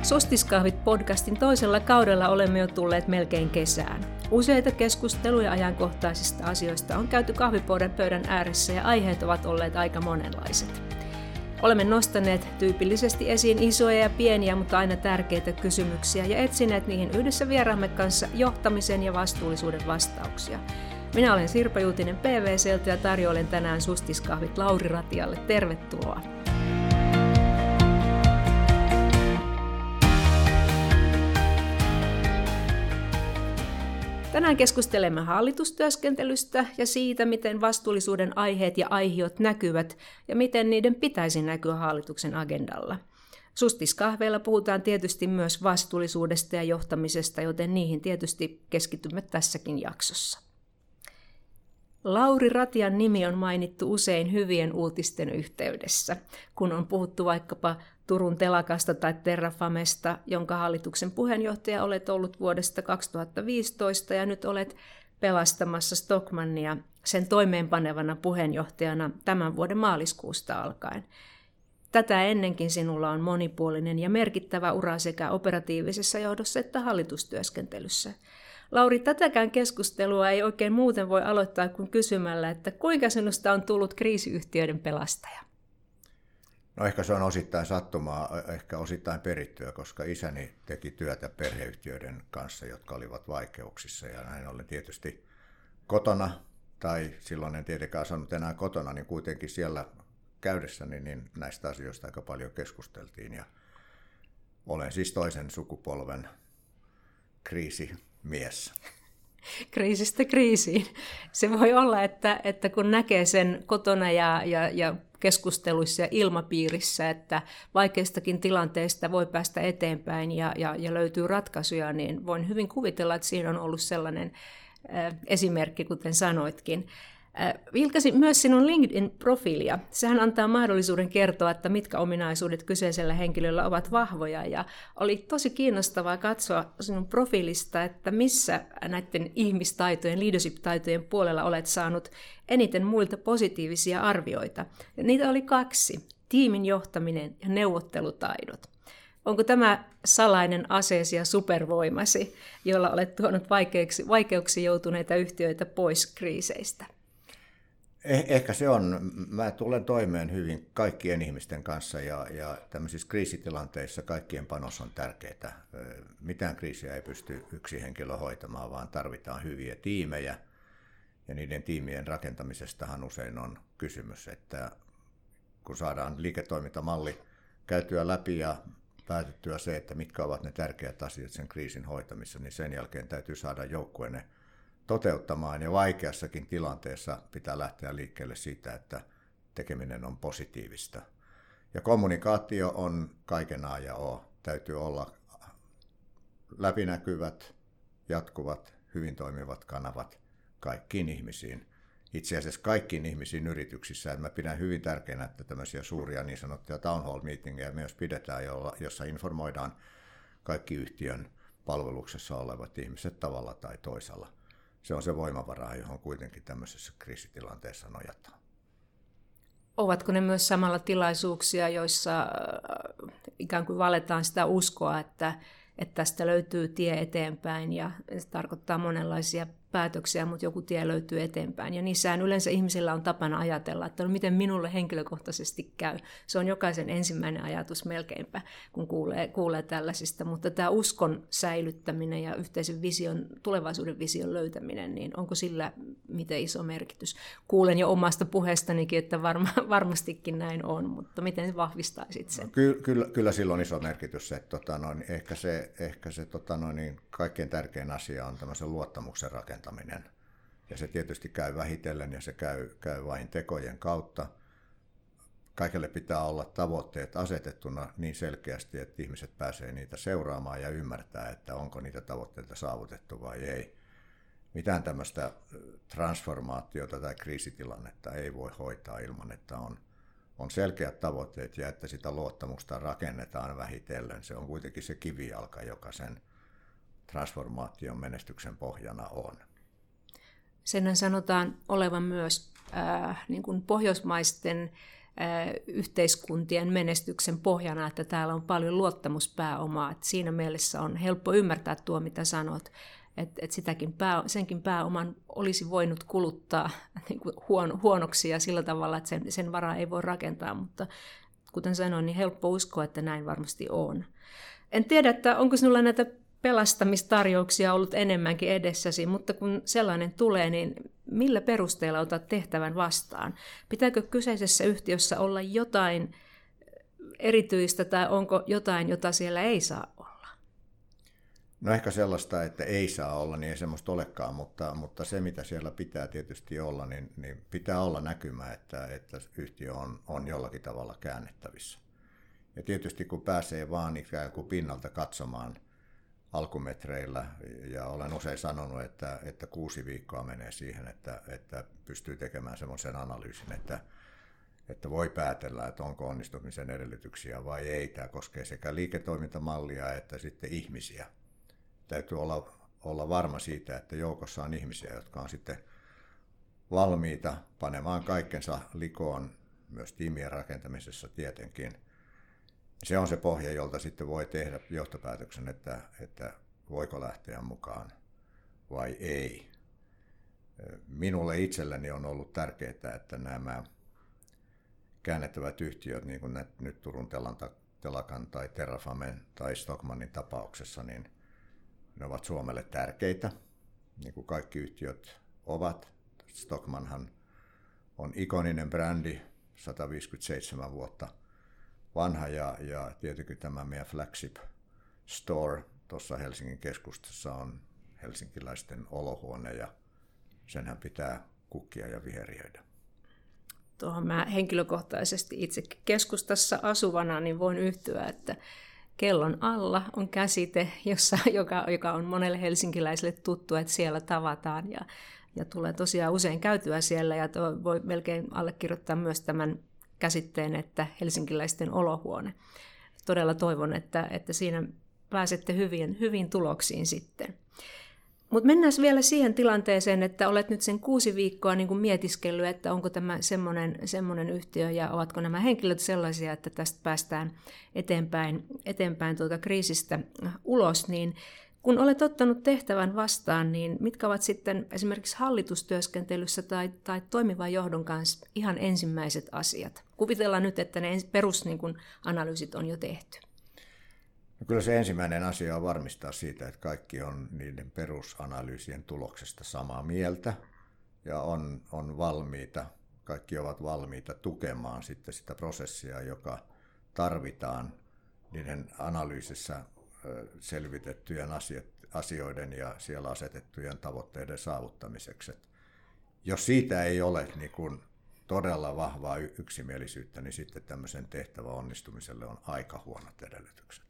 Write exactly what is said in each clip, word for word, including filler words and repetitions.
Sustiskahvit podcastin toisella kaudella olemme jo tulleet melkein kesään. Useita keskusteluja ajankohtaisista asioista on käyty kahvipöydän pöydän ääressä ja aiheet ovat olleet aika monenlaiset. Olemme nostaneet tyypillisesti esiin isoja ja pieniä, mutta aina tärkeitä kysymyksiä ja etsineet niihin yhdessä vieraamme kanssa johtamisen ja vastuullisuuden vastauksia. Minä olen Sirpa Juutinen P V C:ltä ja tarjoilen tänään Sustiskahvit Lauri Ratialle. Tervetuloa! Tänään keskustelemme hallitustyöskentelystä ja siitä, miten vastuullisuuden aiheet ja aihiot näkyvät ja miten niiden pitäisi näkyä hallituksen agendalla. Sustiskahveilla puhutaan tietysti myös vastuullisuudesta ja johtamisesta, joten niihin tietysti keskitymme tässäkin jaksossa. Lauri Ratian nimi on mainittu usein hyvien uutisten yhteydessä, kun on puhuttu vaikkapa Turun telakasta tai Terrafamesta, jonka hallituksen puheenjohtaja olet ollut vuodesta kaksituhattaviisitoista ja nyt olet pelastamassa Stockmannia sen toimeenpanevana puheenjohtajana tämän vuoden maaliskuusta alkaen. Tätä ennenkin sinulla on monipuolinen ja merkittävä ura sekä operatiivisessa johdossa että hallitustyöskentelyssä. Lauri, tätäkään keskustelua ei oikein muuten voi aloittaa kuin kysymällä, että kuinka sinusta on tullut kriisiyhtiöiden pelastaja? No ehkä se on osittain sattumaa, ehkä osittain perittyä, koska isäni teki työtä perheyhtiöiden kanssa, jotka olivat vaikeuksissa. Ja näin ollen tietysti kotona, tai silloin en tietenkään asunut enää kotona, niin kuitenkin siellä käydessäni niin näistä asioista aika paljon keskusteltiin. Ja olen siis toisen sukupolven kriisimies. Kriisistä kriisiin. Se voi olla, että, että kun näkee sen kotona ja, ja, ja keskusteluissa ja ilmapiirissä, että vaikeistakin tilanteista voi päästä eteenpäin ja, ja, ja löytyy ratkaisuja, niin voin hyvin kuvitella, että siinä on ollut sellainen äh, esimerkki, kuten sanoitkin. Äh, vilkasin myös sinun LinkedIn-profiilia. Sehän antaa mahdollisuuden kertoa, että mitkä ominaisuudet kyseisellä henkilöllä ovat vahvoja. Ja oli tosi kiinnostavaa katsoa sinun profiilista, että missä näiden ihmistaitojen, leadership-taitojen puolella olet saanut eniten muilta positiivisia arvioita. Ja niitä oli kaksi, tiimin johtaminen ja neuvottelutaidot. Onko tämä salainen aseesi ja supervoimasi, jolla olet tuonut vaikeuksi, vaikeuksiin joutuneita yhtiöitä pois kriiseistä? Eh, ehkä se on. Mä tulen toimeen hyvin kaikkien ihmisten kanssa ja, ja tämmöisissä kriisitilanteissa kaikkien panos on tärkeää. Mitään kriisiä ei pysty yksi henkilö hoitamaan, vaan tarvitaan hyviä tiimejä. Ja niiden tiimien rakentamisestahan usein on kysymys, että kun saadaan liiketoimintamalli käytyä läpi ja päätettyä se, että mitkä ovat ne tärkeät asiat sen kriisin hoitamissa, niin sen jälkeen täytyy saada joukkueenne toteuttamaan, ja vaikeassakin tilanteessa pitää lähteä liikkeelle siitä, että tekeminen on positiivista. Ja kommunikaatio on kaiken A ja O. Täytyy olla läpinäkyvät, jatkuvat, hyvin toimivat kanavat kaikkiin ihmisiin. Itse asiassa kaikkiin ihmisiin yrityksissä. Mä pidän hyvin tärkeänä, että tämmöisiä suuria niin sanottuja town hall meetingeja myös pidetään, jossa informoidaan kaikki yhtiön palveluksessa olevat ihmiset tavalla tai toisella. Se on se voimavara, johon kuitenkin tämmöisessä kriisitilanteessa nojataan. Ovatko ne myös samalla tilaisuuksia, joissa ikään kuin valetaan sitä uskoa, että, että tästä löytyy tie eteenpäin ja se tarkoittaa monenlaisia päätöksiä, mutta joku tie löytyy eteenpäin. Ja niissähän yleensä ihmisillä on tapana ajatella, että no miten minulle henkilökohtaisesti käy. Se on jokaisen ensimmäinen ajatus melkeinpä, kun kuulee, kuulee tällaisista. Mutta tämä uskon säilyttäminen ja yhteisen vision, tulevaisuuden vision löytäminen, niin onko sillä miten iso merkitys? Kuulen jo omasta puheestanikin, että varma, varmastikin näin on, mutta miten vahvistaisit sen? No, ky- kyllä, kyllä sillä on iso merkitys. Että, tota, noin, ehkä se, ehkä se tota, noin, niin kaikkein tärkein asia on tämmöisen luottamuksen rakentaminen. Ja se tietysti käy vähitellen ja se käy, käy vain tekojen kautta. Kaikelle pitää olla tavoitteet asetettuna niin selkeästi, että ihmiset pääsee niitä seuraamaan ja ymmärtää, että onko niitä tavoitteita saavutettu vai ei. Mitään tämmöistä transformaatiota tai kriisitilannetta ei voi hoitaa ilman, että on, on selkeät tavoitteet ja että sitä luottamusta rakennetaan vähitellen. Se on kuitenkin se kivijalka, joka sen transformaation menestyksen pohjana on. Sen sanotaan olevan myös äh, niin kuin pohjoismaisten yhteiskuntien menestyksen pohjana, että täällä on paljon luottamuspääomaa. Et siinä mielessä on helppo ymmärtää tuo, mitä sanot, että et sitäkin pää, senkin pääoman olisi voinut kuluttaa niin kuin huon, huonoksi ja sillä tavalla, että sen, sen varaa ei voi rakentaa, mutta kuten sanoin, niin helppo uskoa, että näin varmasti on. En tiedä, että onko sinulla näitä pelastamistarjouksia ollut enemmänkin edessäsi, mutta kun sellainen tulee, niin millä perusteella otat tehtävän vastaan? Pitääkö kyseisessä yhtiössä olla jotain erityistä tai onko jotain, jota siellä ei saa olla? No ehkä sellaista, että ei saa olla, niin ei semmoista olekaan, mutta, mutta se mitä siellä pitää tietysti olla, niin, niin pitää olla näkymä, että, että yhtiö on, on jollakin tavalla käännettävissä. Ja tietysti kun pääsee vaan ikään kuin pinnalta katsomaan alkumetreillä, ja olen usein sanonut, että, että kuusi viikkoa menee siihen, että, että pystyy tekemään semmoisen analyysin, että, että voi päätellä, että onko onnistumisen edellytyksiä vai ei. Tämä koskee sekä liiketoimintamallia että sitten ihmisiä. Täytyy olla, olla varma siitä, että joukossa on ihmisiä, jotka on sitten valmiita panemaan kaikkensa likoon myös tiimien rakentamisessa tietenkin. Se on se pohja, jolta sitten voi tehdä johtopäätöksen, että, että voiko lähteä mukaan vai ei. Minulle itselleni on ollut tärkeää, että nämä käännettävät yhtiöt, niin kuin nyt Turun Telakan tai Terrafamen tai Stockmannin tapauksessa, niin ne ovat Suomelle tärkeitä, niin kuin kaikki yhtiöt ovat. Stockmannhan on ikoninen brändi, sata viisikymmentäseitsemän vuotta vanha ja, ja tietenkin tämä meidän flagship store tuossa Helsingin keskustassa on helsinkiläisten olohuone ja senhän pitää kukkia ja viheriöidä. Tuohon mä henkilökohtaisesti itsekin keskustassa asuvana niin voin yhtyä, että kellon alla on käsite, jossa, joka, joka on monelle helsinkiläiselle tuttu, että siellä tavataan ja, ja tulee tosiaan usein käytyä siellä ja tuo voi melkein allekirjoittaa myös tämän käsitteen, että helsinkiläisten olohuone. Todella toivon, että, että siinä pääsette hyvin, hyvin tuloksiin sitten. Mutta mennään vielä siihen tilanteeseen, että olet nyt sen kuusi viikkoa niin kuin mietiskellyt, että onko tämä semmoinen, semmoinen yhtiö ja ovatko nämä henkilöt sellaisia, että tästä päästään eteenpäin, eteenpäin tuota kriisistä ulos, niin kun olet ottanut tehtävän vastaan, niin mitkä ovat sitten esimerkiksi hallitustyöskentelyssä tai, tai toimivan johdon kanssa ihan ensimmäiset asiat? Kuvitellaan nyt, että ne perusanalyysit on jo tehty. No kyllä se ensimmäinen asia on varmistaa siitä, että kaikki on niiden perusanalyysien tuloksesta samaa mieltä ja on, on valmiita, kaikki ovat valmiita tukemaan sitten sitä prosessia, joka tarvitaan niiden analyysissä selvitettyjen asioiden ja siellä asetettujen tavoitteiden saavuttamiseksi. Jos siitä ei ole niin kuin todella vahvaa yksimielisyyttä, niin sitten tämmöisen tehtävän onnistumiselle on aika huonot edellytykset.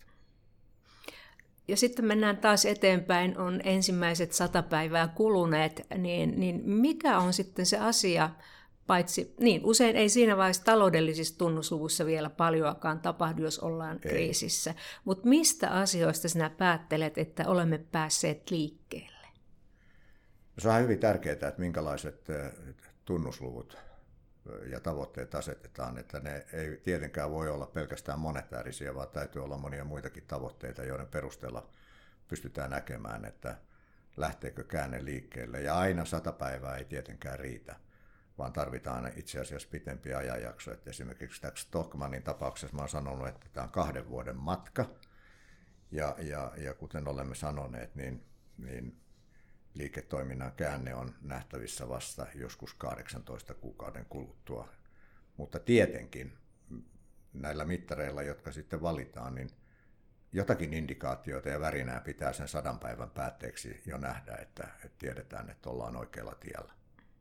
Ja sitten mennään taas eteenpäin, on ensimmäiset sata päivää kuluneet, niin, niin mikä on sitten se asia, paitsi, niin usein ei siinä vaiheessa taloudellisissa tunnusluvuissa vielä paljoakaan tapahdu, jos ollaan ei. kriisissä, mutta mistä asioista sinä päättelet, että olemme päässeet liikkeelle? Se on hyvin tärkeää, että minkälaiset tunnusluvut ja tavoitteet asetetaan, että ne ei tietenkään voi olla pelkästään monetäärisiä, vaan täytyy olla monia muitakin tavoitteita, joiden perusteella pystytään näkemään, että lähteekö käänne liikkeelle. Ja aina sata päivää ei tietenkään riitä, vaan tarvitaan itse asiassa pitempiä ajanjaksoja. Että esimerkiksi tässä Stockmannin tapauksessa mä olen sanonut, että tämä on kahden vuoden matka, ja, ja, ja kuten olemme sanoneet, niin, niin liiketoiminnan käänne on nähtävissä vasta joskus kahdeksantoista kuukauden kuluttua. Mutta tietenkin näillä mittareilla, jotka sitten valitaan, niin jotakin indikaatioita ja värinää pitää sen sadan päivän päätteeksi jo nähdä, että, että tiedetään, että ollaan oikealla tiellä.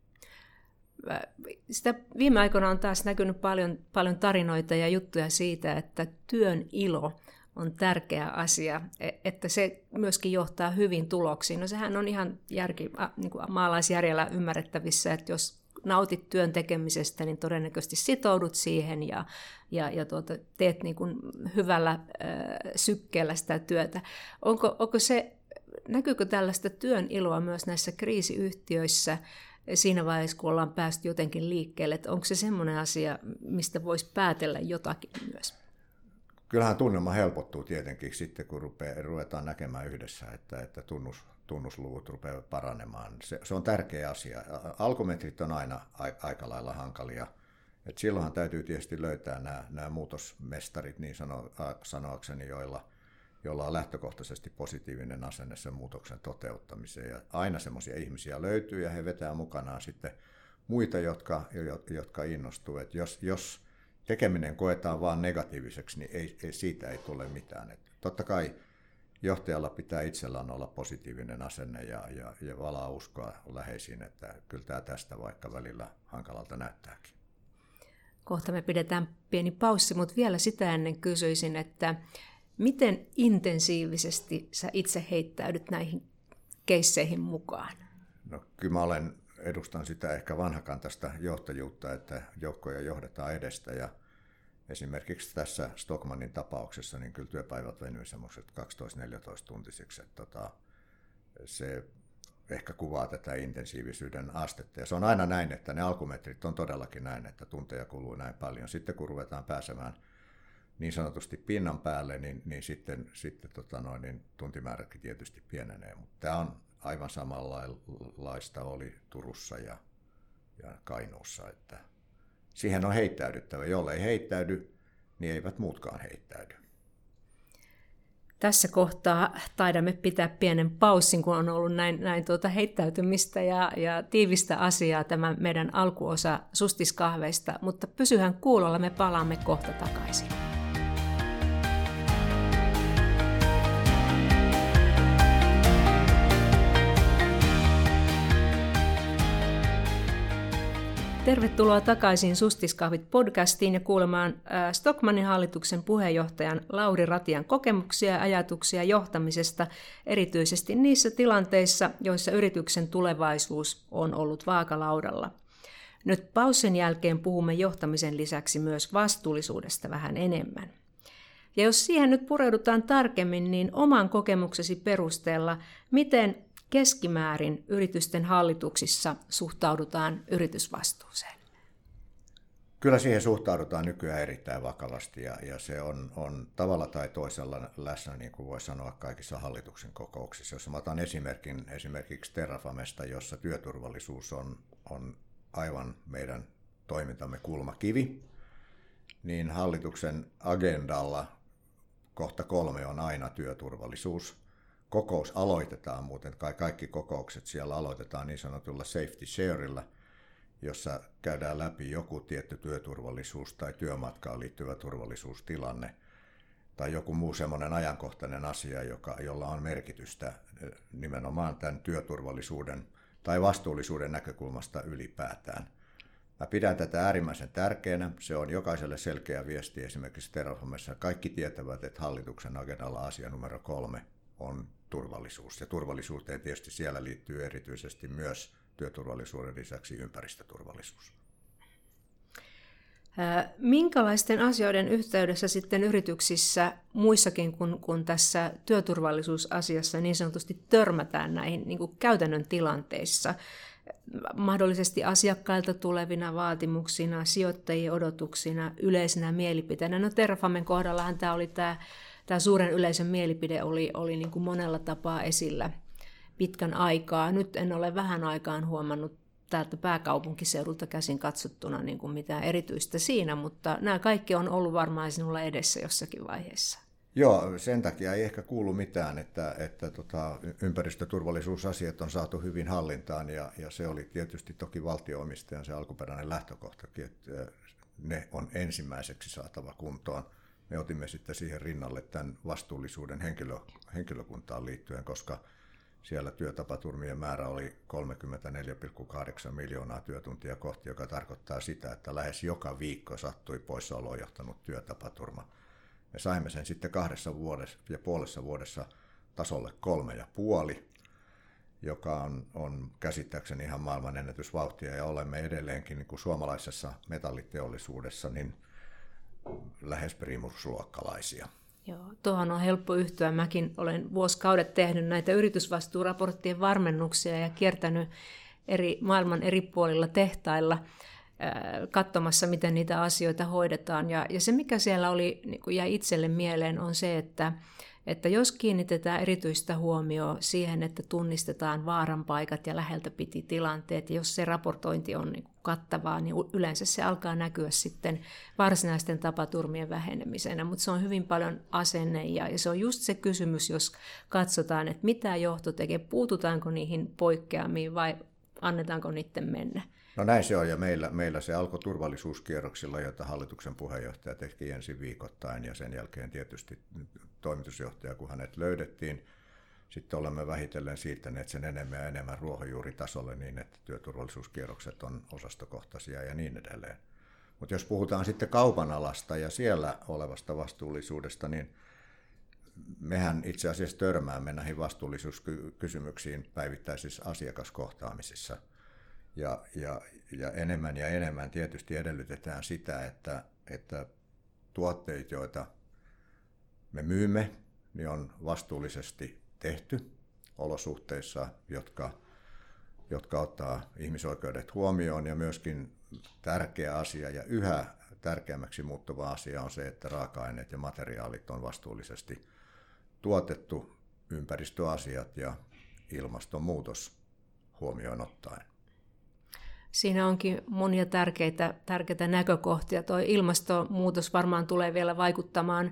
Sitä viime aikoina on taas näkynyt paljon, paljon tarinoita ja juttuja siitä, että työn ilo on tärkeä asia, että se myöskin johtaa hyvin tuloksiin. No sehän on ihan järki, niin kuin maalaisjärjellä ymmärrettävissä, että jos nautit työn tekemisestä, niin todennäköisesti sitoudut siihen ja, ja, ja tuota, teet niin kuin hyvällä äh, sykkeellä sitä työtä. Onko, onko se, näkyykö tällaista työn iloa myös näissä kriisiyhtiöissä? siinä vaiheessa, kun ollaan päästy jotenkin liikkeelle. Että onko se semmoinen asia, mistä voisi päätellä jotakin myös? Kyllähän tunnelma helpottuu tietenkin sitten, kun rupeaa, ruvetaan näkemään yhdessä, että, että tunnus, tunnusluvut rupeavat paranemaan. Se, se on tärkeä asia. Alkumetrit on aina aika lailla hankalia. Et silloinhan täytyy tietysti löytää nämä, nämä muutosmestarit, niin sano, sanoakseni, joilla, joilla on lähtökohtaisesti positiivinen asenne sen muutoksen toteuttamiseen. Ja aina semmoisia ihmisiä löytyy ja he vetää mukanaan sitten muita, jotka, jotka innostuu. Et jos, jos tekeminen koetaan vain negatiiviseksi, niin ei, ei, siitä ei tule mitään. Et totta kai johtajalla pitää itsellään olla positiivinen asenne ja, ja, ja valaa uskoa läheisiin, että kyllä tämä tästä vaikka välillä hankalalta näyttääkin. Kohta me pidetään pieni paussi, mutta vielä sitä ennen kysyisin, että miten intensiivisesti sä itse heittäydyt näihin keisseihin mukaan? No kyllä mä olen, edustan sitä ehkä vanhakantaista johtajuutta, että joukkoja johdetaan edestä ja esimerkiksi tässä Stockmannin tapauksessa niin kyllä työpäivät venyy semmoiset kaksitoista neljätoista tuntisiksi, että tota, se ehkä kuvaa tätä intensiivisyyden astetta. Ja se on aina näin, että ne alkumetrit on todellakin näin, että tunteja kuluu näin paljon. Sitten kun ruvetaan pääsemään niin sanotusti pinnan päälle, niin, niin sitten, sitten tota noin, niin tuntimäärätkin tietysti pienenee. Mutta tämä on aivan samanlaista oli Turussa ja, ja Kainuussa, että siihen on heittäydyttävä. Jollei heittäydy, niin eivät muutkaan heittäydy. Tässä kohtaa taidamme pitää pienen paussin, kun on ollut näin, näin tuota heittäytymistä ja, ja tiivistä asiaa tämä meidän alkuosa Sustiskahveista, mutta pysyhän kuulolla, me palaamme kohta takaisin. Tervetuloa takaisin Sustiskahvit-podcastiin ja kuulemaan Stockmannin hallituksen puheenjohtajan Lauri Ratian kokemuksia ja ajatuksia johtamisesta, erityisesti niissä tilanteissa, joissa yrityksen tulevaisuus on ollut vaakalaudalla. Nyt paussin jälkeen puhumme johtamisen lisäksi myös vastuullisuudesta vähän enemmän. Ja jos siihen nyt pureudutaan tarkemmin, niin oman kokemuksesi perusteella, miten keskimäärin yritysten hallituksissa suhtaudutaan yritysvastuuseen? Kyllä siihen suhtaudutaan nykyään erittäin vakavasti ja, ja se on, on tavalla tai toisella läsnä, niin kuin voi sanoa, kaikissa hallituksen kokouksissa. Jos mä otan esimerkin esimerkiksi Terrafamesta, jossa työturvallisuus on, on aivan meidän toimintamme kulmakivi, niin hallituksen agendalla kohta kolme on aina työturvallisuus. Kokous aloitetaan muuten, kaikki kokoukset siellä aloitetaan niin sanotulla safety shareilla, jossa käydään läpi joku tietty työturvallisuus tai työmatkaan liittyvä turvallisuustilanne tai joku muu semmoinen ajankohtainen asia, joka, jolla on merkitystä nimenomaan tämän työturvallisuuden tai vastuullisuuden näkökulmasta ylipäätään. Mä pidän tätä äärimmäisen tärkeänä. Se on jokaiselle selkeä viesti esimerkiksi Terrafamessa. Kaikki tietävät, että hallituksen agendalla asia numero kolme on turvallisuus. Ja turvallisuuteen tietysti siellä liittyy erityisesti myös työturvallisuuden lisäksi ympäristöturvallisuus. Minkälaisten asioiden yhteydessä sitten yrityksissä muissakin kuin, kuin tässä työturvallisuusasiassa niin sanotusti törmätään näihin niin kuin käytännön tilanteissa? Mahdollisesti asiakkailta tulevina vaatimuksina, sijoittajien odotuksina, yleisenä mielipiteenä. No Terrafamen kohdallahan tämä oli tämä Tämä suuren yleisön mielipide oli, oli niin kuin monella tapaa esillä pitkän aikaa. Nyt en ole vähän aikaan huomannut täältä pääkaupunkiseudulta käsin katsottuna niin kuin mitään erityistä siinä, mutta nämä kaikki on ollut varmaan sinulla edessä jossakin vaiheessa. Joo, sen takia ei ehkä kuulu mitään, että, että tota, ympäristöturvallisuusasiat on saatu hyvin hallintaan ja, ja se oli tietysti toki valtio-omistajan se alkuperäinen lähtökohtakin, että ne on ensimmäiseksi saatava kuntoon. Me otimme sitten siihen rinnalle tämän vastuullisuuden henkilö, henkilökuntaan liittyen, koska siellä työtapaturmien määrä oli kolmekymmentäneljä pilkku kahdeksan miljoonaa työtuntia kohti, joka tarkoittaa sitä, että lähes joka viikko sattui poissaoloon johtanut työtapaturma. Me saimme sen sitten kahdessa vuodessa ja puolessa vuodessa tasolle kolme ja puoli, joka on, on käsittääkseni ihan maailman ennätysvauhtia ja olemme edelleenkin niin kuin suomalaisessa metalliteollisuudessa niin lähes primusluokkalaisia. Joo, tuohon on helppo yhtyä. Mäkin olen vuosikaudet tehnyt näitä yritysvastuuraporttien varmennuksia ja kiertänyt eri, maailman eri puolilla tehtailla katsomassa, miten niitä asioita hoidetaan. Ja, ja se, mikä siellä oli, niin kuin jäi itselle mieleen, on se, että, että jos kiinnitetään erityistä huomioon siihen, että tunnistetaan vaaran paikat ja läheltä piti tilanteet, ja jos se raportointi on niin kuin kattavaa, niin yleensä se alkaa näkyä sitten varsinaisten tapaturmien vähenemisenä, mutta se on hyvin paljon asenne, ja, ja se on just se kysymys, jos katsotaan, että mitä johto tekee, puututaanko niihin poikkeamiin vai annetaanko niiden mennä. No näin se on, ja meillä, meillä se alkoi turvallisuuskierroksilla, jota hallituksen puheenjohtaja teki ensin viikoittain, ja sen jälkeen tietysti toimitusjohtaja, kun hänet löydettiin. Sitten olemme vähitellen siirtäneet sen enemmän ja enemmän ruohonjuuritasolle niin, että työturvallisuuskierrokset on osastokohtaisia ja niin edelleen. Mutta jos puhutaan sitten kaupan alasta ja siellä olevasta vastuullisuudesta, niin mehän itse asiassa törmäämme näihin vastuullisuuskysymyksiin päivittäisissä asiakaskohtaamisissa. Ja, ja, ja enemmän ja enemmän tietysti edellytetään sitä, että, että tuotteet, joita me myymme, niin on vastuullisesti tehty olosuhteissa, jotka, jotka ottaa ihmisoikeudet huomioon. Ja myöskin tärkeä asia ja yhä tärkeämmäksi muuttuva asia on se, että raaka-aineet ja materiaalit on vastuullisesti tuotettu, ympäristöasiat ja ilmastonmuutos huomioon ottaen. Siinä onkin monia tärkeitä, tärkeitä näkökohtia. Tuo ilmastonmuutos varmaan tulee vielä vaikuttamaan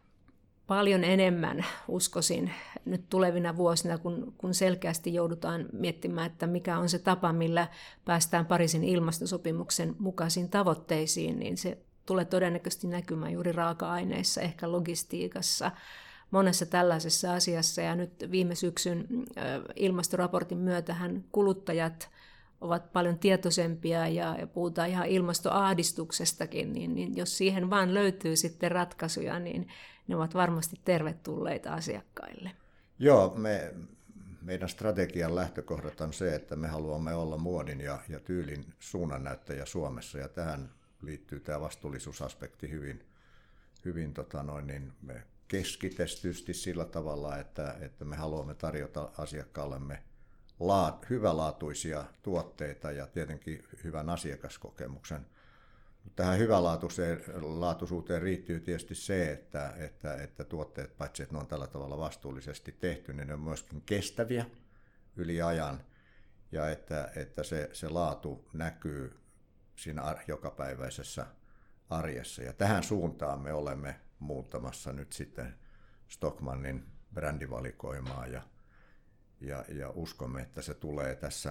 paljon enemmän, uskoisin, nyt tulevina vuosina, kun, kun selkeästi joudutaan miettimään, että mikä on se tapa, millä päästään Pariisin ilmastosopimuksen mukaisiin tavoitteisiin, niin se tulee todennäköisesti näkymään juuri raaka-aineissa, ehkä logistiikassa, monessa tällaisessa asiassa. Ja nyt viime syksyn ilmastoraportin myötähän kuluttajat ovat paljon tietoisempia ja, ja puhutaan ihan ilmastoahdistuksestakin, niin, niin jos siihen vaan löytyy sitten ratkaisuja, niin ne ovat varmasti tervetulleita asiakkaille. Joo, me, meidän strategian lähtökohdat on se, että me haluamme olla muodin ja, ja tyylin suunnannäyttäjä Suomessa, ja tähän liittyy tämä vastuullisuusaspekti hyvin, hyvin tota noin, niin me keskitetysti sillä tavalla, että, että me haluamme tarjota asiakkaallemme laat, hyvälaatuisia tuotteita ja tietenkin hyvän asiakaskokemuksen. Tähän hyvälaatuisuuteen riittyy tietysti se, että, että, että tuotteet, paitsi että ne on tällä tavalla vastuullisesti tehty, niin ne on myöskin kestäviä yli ajan, ja että, että se, se laatu näkyy siinä jokapäiväisessä arjessa. Ja tähän suuntaan me olemme muuttamassa nyt sitten Stockmannin brändivalikoimaa, ja, ja, ja uskomme, että se tulee tässä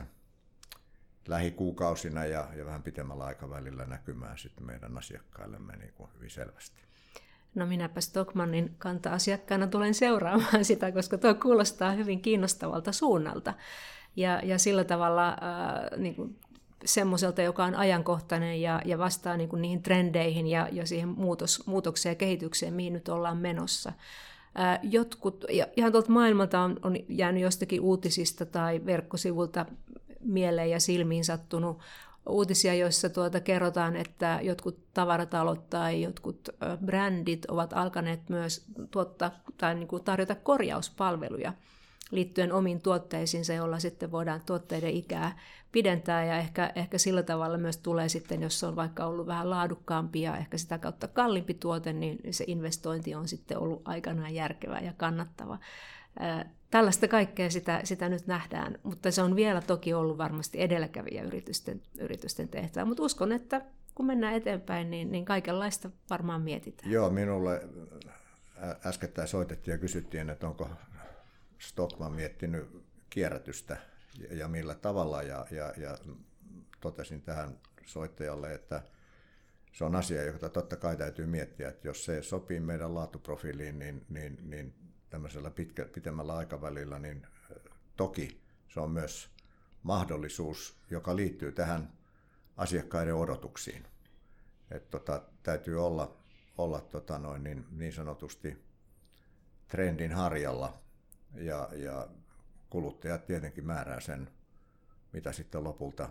lähikuukausina ja, ja vähän pitemmällä aikavälillä näkymään sitten meidän asiakkaillemme niin kuin hyvin selvästi. No minäpä Stockmannin kanta-asiakkaana tulen seuraamaan sitä, koska tuo kuulostaa hyvin kiinnostavalta suunnalta. Ja, ja sillä tavalla äh, niin kuin semmoiselta, joka on ajankohtainen ja, ja vastaa niin kuin niihin trendeihin ja, ja siihen muutos, muutokseen ja kehitykseen, mihin nyt ollaan menossa. Äh, jotkut, ja ihan tuolta maailmalta on, on jäänyt jostakin uutisista tai verkkosivulta mieleen ja silmiin sattunut uutisia, joissa tuota kerrotaan, että jotkut tavaratalot tai jotkut brändit ovat alkaneet myös tuottaa tai niin kuin tarjota korjauspalveluja liittyen omiin tuotteisiinsa, joilla sitten voidaan tuotteiden ikää pidentää, ja ehkä, ehkä sillä tavalla myös tulee sitten, jos se on vaikka ollut vähän laadukkaampi ja ehkä sitä kautta kalliimpi tuote, niin se investointi on sitten ollut aikanaan järkevä ja kannattava. Tällaista kaikkea sitä, sitä nyt nähdään, mutta se on vielä toki ollut varmasti edelläkävijä yritysten, yritysten tehtävä, mutta uskon, että kun mennään eteenpäin, niin, niin kaikenlaista varmaan mietitään. Joo, minulle äskettäin soitettiin ja kysyttiin, että onko Stockmann miettinyt kierrätystä ja millä tavalla, ja, ja, ja totesin tähän soittajalle, että se on asia, jota totta kai täytyy miettiä, että jos se sopii meidän laatuprofiiliin, niin, niin, niin tämmöisellä pitkä, pitemmällä aikavälillä, niin toki se on myös mahdollisuus, joka liittyy tähän asiakkaiden odotuksiin. Että tota, täytyy olla, olla tota noin, niin, niin sanotusti trendin harjalla, ja, ja kuluttajat tietenkin määrää sen, mitä sitten lopulta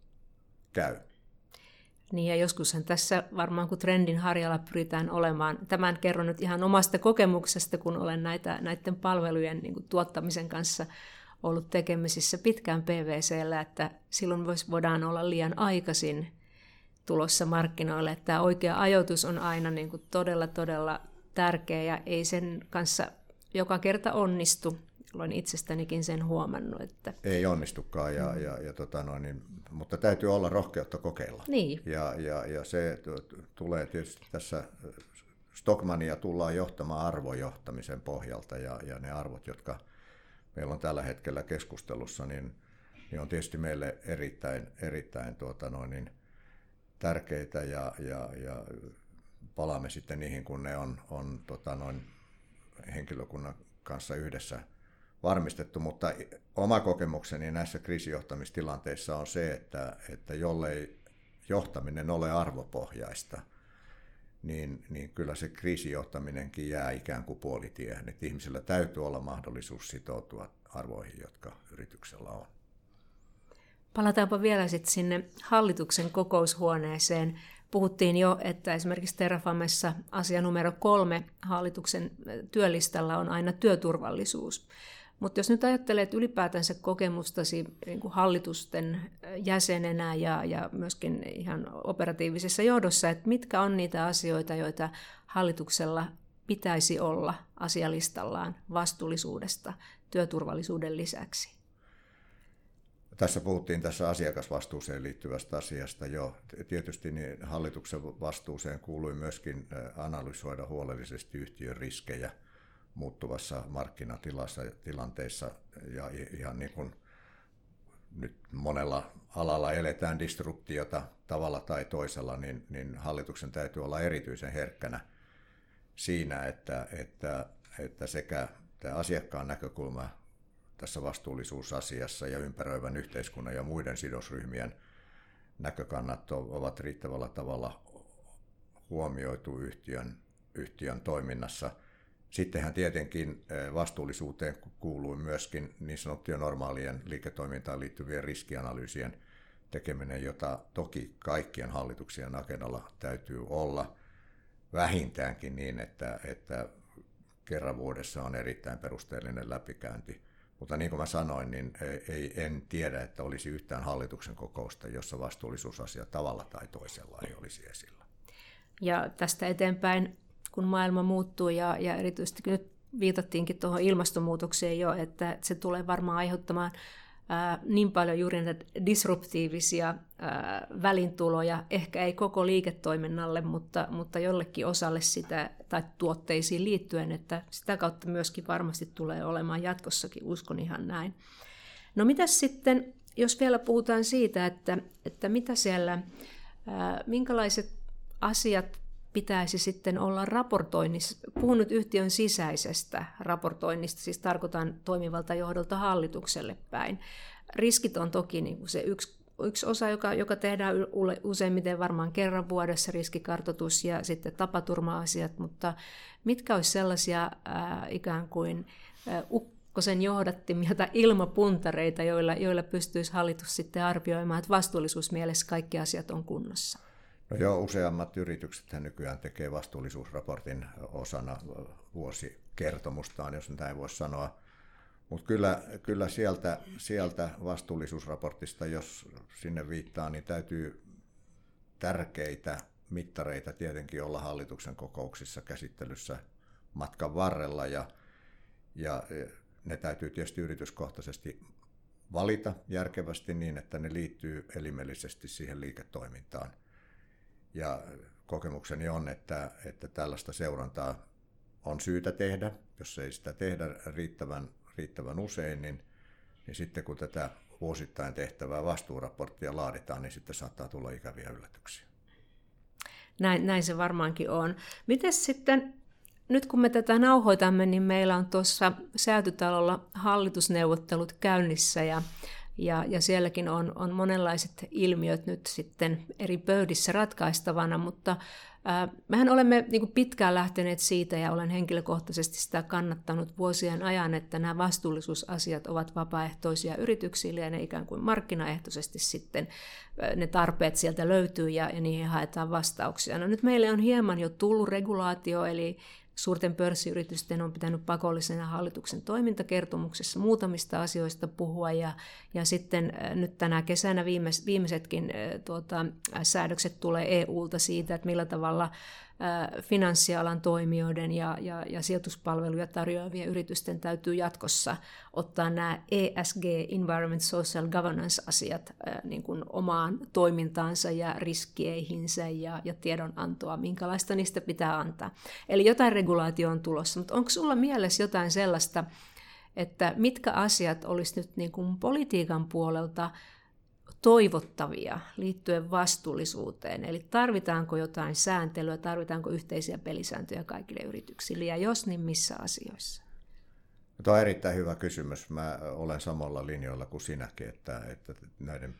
käy. Niin, ja joskushan tässä varmaan kun trendin harjalla pyritään olemaan, tämän kerron nyt ihan omasta kokemuksesta, kun olen näitä, näiden palvelujen niin kuin tuottamisen kanssa ollut tekemisissä pitkään P V C:llä, että silloin voidaan olla liian aikaisin tulossa markkinoille. Että tämä oikea ajoitus on aina niin kuin todella, todella tärkeä ja ei sen kanssa joka kerta onnistu. Olen itsestänikin sen huomannut. Että ei onnistukaan, ja, mm. ja, ja, tota noin, niin, mutta täytyy olla rohkeutta kokeilla. Niin. Ja, ja, ja se t- tulee tietysti tässä, Stockmannia tullaan johtamaan arvojohtamisen pohjalta, ja, ja ne arvot, jotka meillä on tällä hetkellä keskustelussa, niin, niin on tietysti meille erittäin, erittäin tuota noin, niin, tärkeitä, ja, ja, ja palaamme sitten niihin, kun ne on, on tota noin, henkilökunnan kanssa yhdessä varmistettu, mutta oma kokemukseni näissä kriisijohtamistilanteissa on se, että, että jollei johtaminen ole arvopohjaista, niin, niin kyllä se kriisijohtaminenkin jää ikään kuin puolitiehen, että ihmisillä täytyy olla mahdollisuus sitoutua arvoihin, jotka yrityksellä on. Palataanpa vielä sitten sinne hallituksen kokoushuoneeseen. Puhuttiin jo, että esimerkiksi Terrafamessa asia numero kolme hallituksen työlistalla on aina työturvallisuus. Mutta jos nyt ajattelet ylipäätänsä kokemustasi niin kuin hallitusten jäsenenä ja, ja myöskin ihan operatiivisessa johdossa, että mitkä on niitä asioita, joita hallituksella pitäisi olla asialistallaan vastuullisuudesta työturvallisuuden lisäksi? Tässä puhuttiin tässä asiakasvastuuseen liittyvästä asiasta jo. Tietysti niin hallituksen vastuuseen kuului myöskin analysoida huolellisesti yhtiön riskejä muuttuvassa markkinatilassa tilanteissa, ja ihan niin kuin nyt monella alalla eletään disruptiota tavalla tai toisella, niin, niin hallituksen täytyy olla erityisen herkkänä siinä, että, että, että sekä tämä asiakkaan näkökulma tässä vastuullisuusasiassa ja ympäröivän yhteiskunnan ja muiden sidosryhmien näkökannat ovat riittävällä tavalla huomioitu yhtiön, yhtiön toiminnassa. Sittenhän tietenkin vastuullisuuteen kuului myöskin niin sanottujen normaalien liiketoimintaan liittyvien riskianalyysien tekeminen, jota toki kaikkien hallituksien agendalla täytyy olla vähintäänkin niin, että, että kerran vuodessa on erittäin perusteellinen läpikäynti. Mutta niin kuin mä sanoin, niin ei, en tiedä, että olisi yhtään hallituksen kokousta, jossa vastuullisuusasia tavalla tai toisella ei olisi esillä. Ja tästä eteenpäin, kun maailma muuttuu ja, ja erityisesti nyt viitattiinkin tuohon ilmastonmuutokseen jo, että se tulee varmaan aiheuttamaan ää, niin paljon juuri näitä disruptiivisia ää, välintuloja, ehkä ei koko liiketoiminnalle, mutta, mutta jollekin osalle sitä tai tuotteisiin liittyen, että sitä kautta myöskin varmasti tulee olemaan jatkossakin, uskon ihan näin. No mitäs sitten, jos vielä puhutaan siitä, että, että mitä siellä, ää, minkälaiset asiat pitäisi sitten olla raportoinnissa. Puhun nyt yhtiön sisäisestä raportoinnista, siis tarkoitan toimivalta johdolta hallitukselle päin. Riskit on toki niin kuin se yksi, yksi osa, joka, joka tehdään useimmiten varmaan kerran vuodessa, riskikartoitus ja sitten tapaturma-asiat, mutta mitkä olisi sellaisia ää, ikään kuin ää, ukkosen johdattimia tai ilmapuntareita, joilla, joilla pystyisi hallitus sitten arvioimaan, että vastuullisuusmielessä kaikki asiat on kunnossa? No joo, useammat yrityksethän nykyään tekee vastuullisuusraportin osana vuosikertomustaan, jos näin voisi sanoa. Mutta kyllä, kyllä sieltä, sieltä vastuullisuusraportista, jos sinne viittaa, niin täytyy tärkeitä mittareita tietenkin olla hallituksen kokouksissa käsittelyssä matkan varrella. Ja, ja ne täytyy tietysti yrityskohtaisesti valita järkevästi niin, että ne liittyy elimellisesti siihen liiketoimintaan. Ja kokemukseni on, että, että tällaista seurantaa on syytä tehdä. Jos ei sitä tehdä riittävän, riittävän usein, niin, niin sitten kun tätä vuosittain tehtävää vastuuraporttia laaditaan, niin sitten saattaa tulla ikäviä yllätyksiä. Näin, näin se varmaankin on. Mites sitten, nyt kun me tätä nauhoitamme, niin meillä on tuossa Säätytalolla hallitusneuvottelut käynnissä ja Ja, ja sielläkin on, on monenlaiset ilmiöt nyt sitten eri pöydissä ratkaistavana, mutta ää, mehän olemme niin kuin pitkään lähteneet siitä, ja olen henkilökohtaisesti sitä kannattanut vuosien ajan, että nämä vastuullisuusasiat ovat vapaaehtoisia yrityksille, ja ne ikään kuin markkinaehtoisesti sitten ää, ne tarpeet sieltä löytyy, ja, ja niihin haetaan vastauksia. No nyt meille on hieman jo tullut regulaatio, eli Suurten pörssiyritysten on pitänyt pakollisena hallituksen toimintakertomuksessa muutamista asioista puhua, ja, ja sitten nyt tänä kesänä viimeis, viimeisetkin tuota, säädökset tulee E U:lta siitä, että millä tavalla finanssialan toimijoiden ja, ja, ja sijoituspalveluja tarjoavien yritysten täytyy jatkossa ottaa nämä E S G, Environment Social Governance-asiat niin kuin omaan toimintaansa ja riskieihinsä ja, ja tiedonantoa, minkälaista niistä pitää antaa. Eli jotain regulaatio on tulossa, mutta onko sulla mielessä jotain sellaista, että mitkä asiat olisi nyt niin kuin politiikan puolelta toivottavia liittyen vastuullisuuteen, eli tarvitaanko jotain sääntelyä, tarvitaanko yhteisiä pelisääntöjä kaikille yrityksille, ja jos, niin missä asioissa? Tuo on erittäin hyvä kysymys. Mä olen samalla linjoilla kuin sinäkin, että, että näiden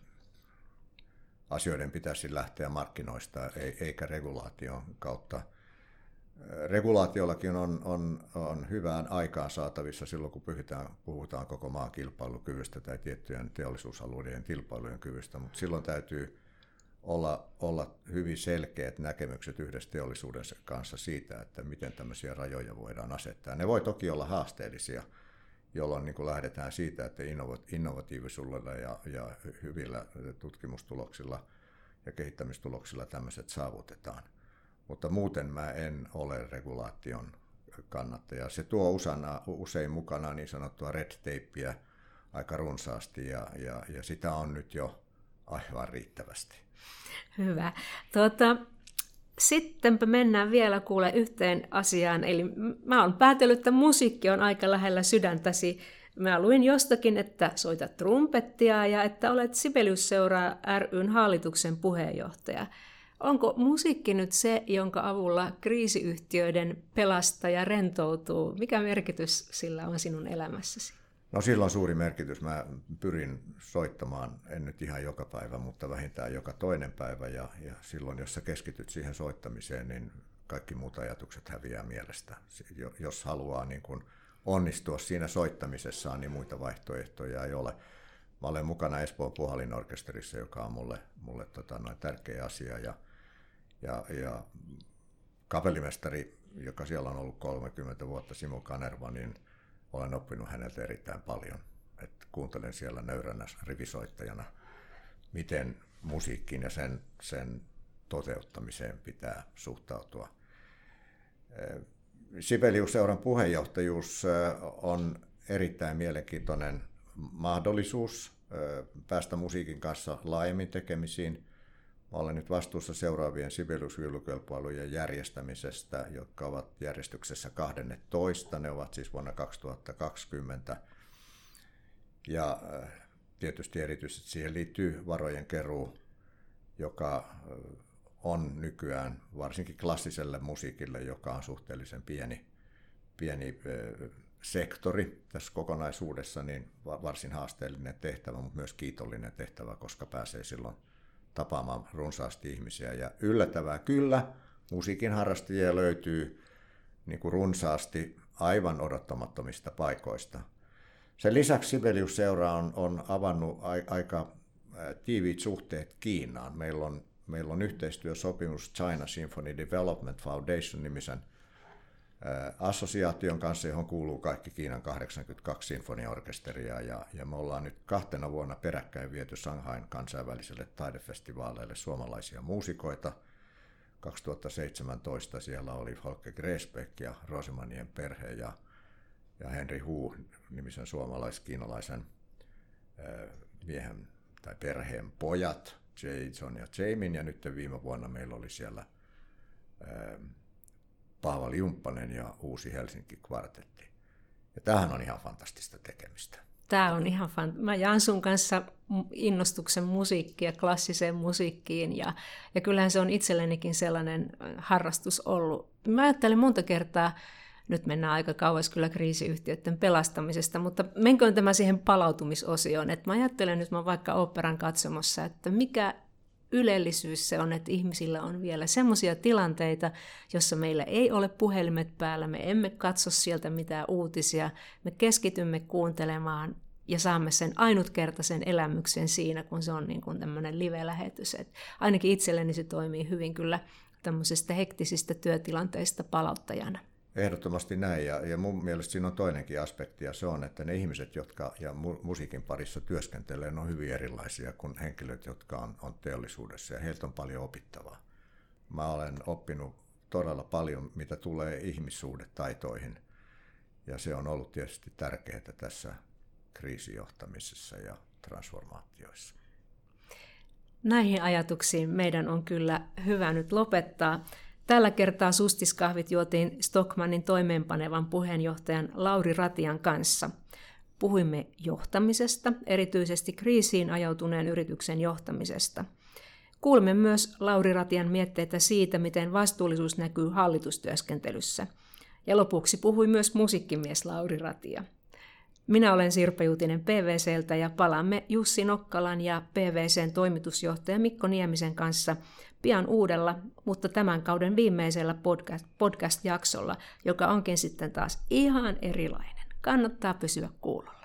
asioiden pitäisi lähteä markkinoista eikä regulaation kautta. Regulaatiollakin on, on, on hyvään aikaan saatavissa silloin, kun puhutaan, puhutaan koko maan kilpailukyvystä tai tiettyjen teollisuusalueiden kilpailujen kyvystä, mutta silloin täytyy olla, olla hyvin selkeät näkemykset yhdessä teollisuuden kanssa siitä, että miten tämmöisiä rajoja voidaan asettaa. Ne voi toki olla haasteellisia, jolloin niin kuin lähdetään siitä, että innovatiivisuudella ja, ja hyvillä tutkimustuloksilla ja kehittämistuloksilla tämmöiset saavutetaan. Mutta muuten mä en ole regulaation kannattaja. Se tuo usana, usein mukana niin sanottua red tapeä aika runsaasti, ja, ja, ja sitä on nyt jo aivan riittävästi. Hyvä. Tuota, sittenpä mennään vielä kuule yhteen asiaan. Eli mä oon päätellyt, että musiikki on aika lähellä sydäntäsi. Mä luin jostakin, että soitat trumpettia ja että olet Sibelius-seuraa ry:n hallituksen puheenjohtaja. Onko musiikki nyt se, jonka avulla kriisiyhtiöiden pelastaja rentoutuu? Mikä merkitys sillä on sinun elämässäsi? No sillä on suuri merkitys. Mä pyrin soittamaan, en nyt ihan joka päivä, mutta vähintään joka toinen päivä. Ja, ja silloin, jos sä keskityt siihen soittamiseen, niin kaikki muut ajatukset häviää mielestä. Jos haluaa niin kun onnistua siinä soittamisessaan, niin muita vaihtoehtoja ei ole. Mä olen mukana Espoon puhallinorkesterissa, joka on mulle, mulle tota, noin tärkeä asia. Ja, ja, ja kapellimestari, joka siellä on ollut kolmekymmentä vuotta, Simo Kanerva, niin olen oppinut häneltä erittäin paljon. Et kuuntelen siellä nöyränä rivisoittajana, miten musiikkiin ja sen, sen toteuttamiseen pitää suhtautua. Sibelius-seuran puheenjohtajuus on erittäin mielenkiintoinen mahdollisuus päästä musiikin kanssa laajemmin tekemisiin. Mä olen nyt vastuussa seuraavien Sibelius-viulukilpailujen järjestämisestä, jotka ovat järjestyksessä kaksitoista. Ne ovat siis vuonna kaksituhattakaksikymmentä. Ja tietysti erityisesti siihen liittyy varojen keruu, joka on nykyään varsinkin klassiselle musiikille, joka on suhteellisen pieni, pieni sektori tässä kokonaisuudessa, niin varsin haasteellinen tehtävä, mutta myös kiitollinen tehtävä, koska pääsee silloin tapaamaan runsaasti ihmisiä. Ja yllättävää kyllä, musiikin harrastajia löytyy niin kuin runsaasti aivan odottamattomista paikoista. Sen lisäksi Sibelius-seura on, on avannut a, aika tiiviit suhteet Kiinaan. Meillä on, meillä on yhteistyösopimus China Symphony Development Foundation-nimisen assosiaation kanssa, johon kuuluu kaikki Kiinan kahdeksankymmentäkaksi sinfoniaorkesteria, ja, ja me ollaan nyt kahtena vuonna peräkkäin viety Shanghain kansainväliselle taidefestivaaleille suomalaisia muusikoita. kaksituhattaseitsemäntoista siellä oli Folke Gräsbeck ja Rosemanien perhe ja, ja Henry Hu nimisen suomalais-kiinalaisen äh, miehen tai perheen pojat, Jason ja Jamin, ja nyt viime vuonna meillä oli siellä äh, Paavali Jumppanen ja Uusi Helsinki-kvartetti. Ja tämähän on ihan fantastista tekemistä. Tämä on ihan fan... Mä jaan sun kanssa innostuksen musiikkiin ja klassiseen musiikkiin, ja, ja kyllähän se on itsellenikin sellainen harrastus ollut. Mä ajattelen monta kertaa, nyt mennään aika kauas kyllä kriisiyhtiöiden pelastamisesta, mutta menköön tämä siihen palautumisosioon, että mä ajattelen nyt mä vaikka oopperan katsomossa, että mikä ylellisyys se on, että ihmisillä on vielä semmoisia tilanteita, jossa meillä ei ole puhelimet päällä, me emme katso sieltä mitään uutisia, me keskitymme kuuntelemaan ja saamme sen ainutkertaisen elämyksen siinä, kun se on niin kuin tämmöinen live-lähetys. Et ainakin itselleni se toimii hyvin kyllä tämmöisistä hektisistä työtilanteista palauttajana. Ehdottomasti näin, ja, ja mun mielestä siinä on toinenkin aspekti, ja se on, että ne ihmiset, jotka ja mu- musiikin parissa työskentelee, ne on hyvin erilaisia kuin henkilöt, jotka on, on teollisuudessa, ja heiltä on paljon opittavaa. Mä olen oppinut todella paljon, mitä tulee ihmissuhdetaitoihin, ja se on ollut tietysti tärkeää tässä kriisijohtamisessa ja transformaatioissa. Näihin ajatuksiin meidän on kyllä hyvä nyt lopettaa. Tällä kertaa Sustiskahvit juotiin Stockmannin toimeenpanevan puheenjohtajan Lauri Ratian kanssa. Puhuimme johtamisesta, erityisesti kriisiin ajautuneen yrityksen johtamisesta. Kuulimme myös Lauri Ratian mietteitä siitä, miten vastuullisuus näkyy hallitustyöskentelyssä. Ja lopuksi puhui myös musiikkimies Lauri Ratia. Minä olen Sirpa Juutinen P V C:ltä ja palaamme Jussi Nokkalan ja P V C:n toimitusjohtaja Mikko Niemisen kanssa pian uudella, mutta tämän kauden viimeisellä podcast, podcast-jaksolla, joka onkin sitten taas ihan erilainen. Kannattaa pysyä kuulolla.